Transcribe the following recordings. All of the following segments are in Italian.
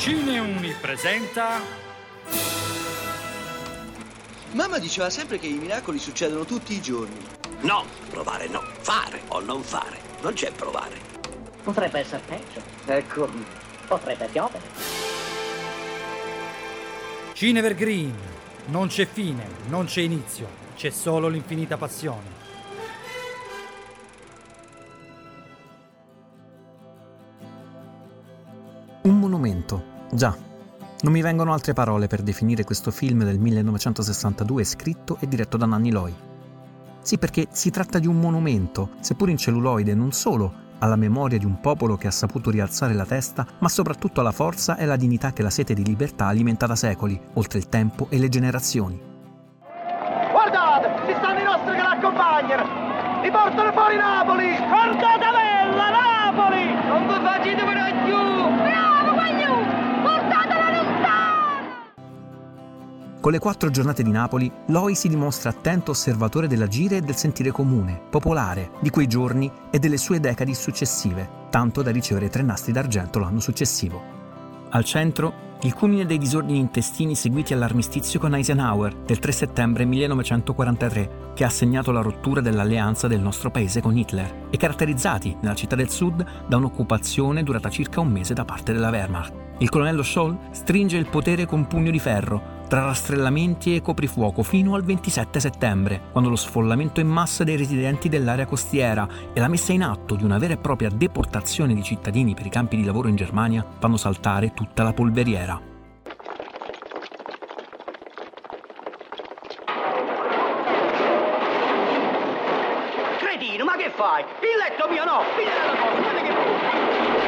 Cineuni presenta... Mamma diceva sempre che i miracoli succedono tutti i giorni. No, provare no, fare o non fare, non c'è provare. Potrebbe essere peggio. Ecco, potrebbe piovere. Cinevergreen. Non c'è fine, non c'è inizio, c'è solo l'infinita passione. Un monumento, già. Non mi vengono altre parole per definire questo film del 1962 scritto e diretto da Nanni Loy. Sì, perché si tratta di un monumento, seppur in celluloide, non solo alla memoria di un popolo che ha saputo rialzare la testa, ma soprattutto alla forza e alla dignità che la sete di libertà alimenta da secoli, oltre il tempo e le generazioni. Guardate, ci stanno i nostri che l'accompagnano! Mi portano fuori Napoli! Portatavella, Napoli! Non vi facete per giù! Bravo, Guagliù! Portatela lontano! Con le 4 giornate di Napoli, Loy si dimostra attento osservatore dell'agire e del sentire comune, popolare, di quei giorni e delle sue decadi successive, tanto da ricevere 3 nastri d'argento l'anno successivo. Al centro, il culmine dei disordini intestini seguiti all'armistizio con Eisenhower del 3 settembre 1943, che ha segnato la rottura dell'alleanza del nostro paese con Hitler, e caratterizzati, nella città del sud, da un'occupazione durata circa un mese da parte della Wehrmacht. Il colonnello Scholl stringe il potere con pugno di ferro, tra rastrellamenti e coprifuoco fino al 27 settembre, quando lo sfollamento in massa dei residenti dell'area costiera e la messa in atto di una vera e propria deportazione di cittadini per i campi di lavoro in Germania fanno saltare tutta la polveriera. Cretino, ma che fai? Il letto mio no! Piglia la cosa, guarda che brutta!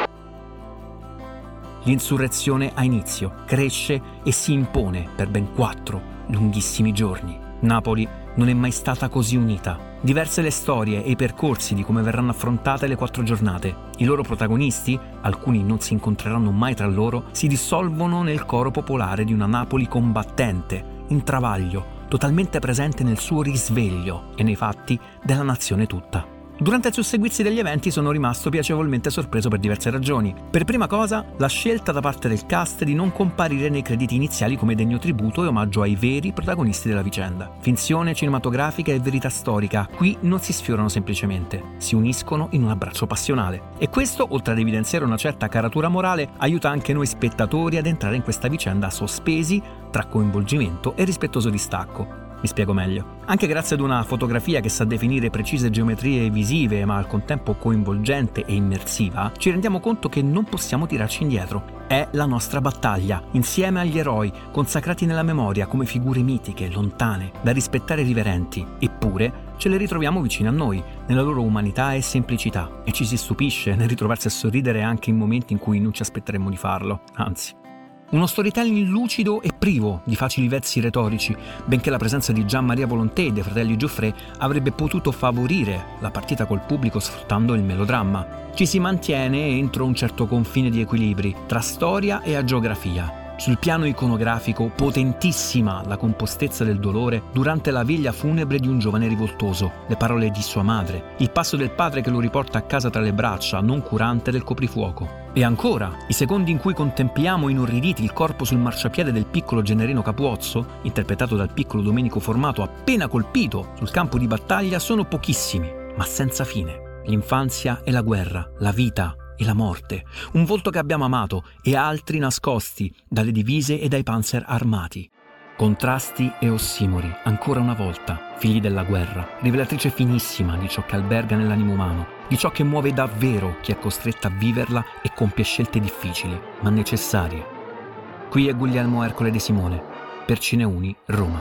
L'insurrezione ha inizio, cresce e si impone per ben 4 lunghissimi giorni. Napoli non è mai stata così unita. Diverse le storie e i percorsi di come verranno affrontate le 4 giornate. I loro protagonisti, alcuni non si incontreranno mai tra loro, si dissolvono nel coro popolare di una Napoli combattente, in travaglio, totalmente presente nel suo risveglio e nei fatti della nazione tutta. Durante il susseguirsi degli eventi sono rimasto piacevolmente sorpreso per diverse ragioni. Per prima cosa, la scelta da parte del cast di non comparire nei crediti iniziali come degno tributo e omaggio ai veri protagonisti della vicenda. Finzione cinematografica e verità storica qui non si sfiorano semplicemente, si uniscono in un abbraccio passionale. E questo, oltre ad evidenziare una certa caratura morale, aiuta anche noi spettatori ad entrare in questa vicenda sospesi tra coinvolgimento e rispettoso distacco. Mi spiego meglio. Anche grazie ad una fotografia che sa definire precise geometrie visive, ma al contempo coinvolgente e immersiva, ci rendiamo conto che non possiamo tirarci indietro. È la nostra battaglia, insieme agli eroi, consacrati nella memoria come figure mitiche, lontane, da rispettare e riverenti. Eppure ce le ritroviamo vicine a noi, nella loro umanità e semplicità, e ci si stupisce nel ritrovarsi a sorridere anche in momenti in cui non ci aspetteremmo di farlo, anzi. Uno storytelling lucido e privo di facili vezzi retorici, benché la presenza di Gian Maria Volonté e dei fratelli Giuffrè avrebbe potuto favorire la partita col pubblico sfruttando il melodramma. Ci si mantiene entro un certo confine di equilibri tra storia e agiografia. Sul piano iconografico, potentissima la compostezza del dolore durante la veglia funebre di un giovane rivoltoso, le parole di sua madre, il passo del padre che lo riporta a casa tra le braccia, non curante del coprifuoco. E ancora, i secondi in cui contempliamo inorriditi il corpo sul marciapiede del piccolo Gennarino Capuozzo, interpretato dal piccolo Domenico Formato appena colpito sul campo di battaglia, sono pochissimi, ma senza fine. L'infanzia e la guerra, la vita e la morte, un volto che abbiamo amato e altri nascosti dalle divise e dai panzer armati. Contrasti e ossimori, ancora una volta, figli della guerra, rivelatrice finissima di ciò che alberga nell'animo umano, di ciò che muove davvero chi è costretto a viverla e compie scelte difficili, ma necessarie. Qui è Guglielmo Ercole De Simone, per Cineuni, Roma.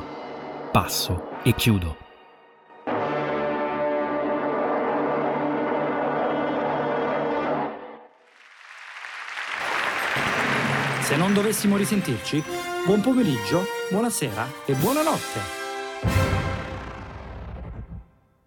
Passo e chiudo. Se non dovessimo risentirci, buon pomeriggio, buonasera e buonanotte.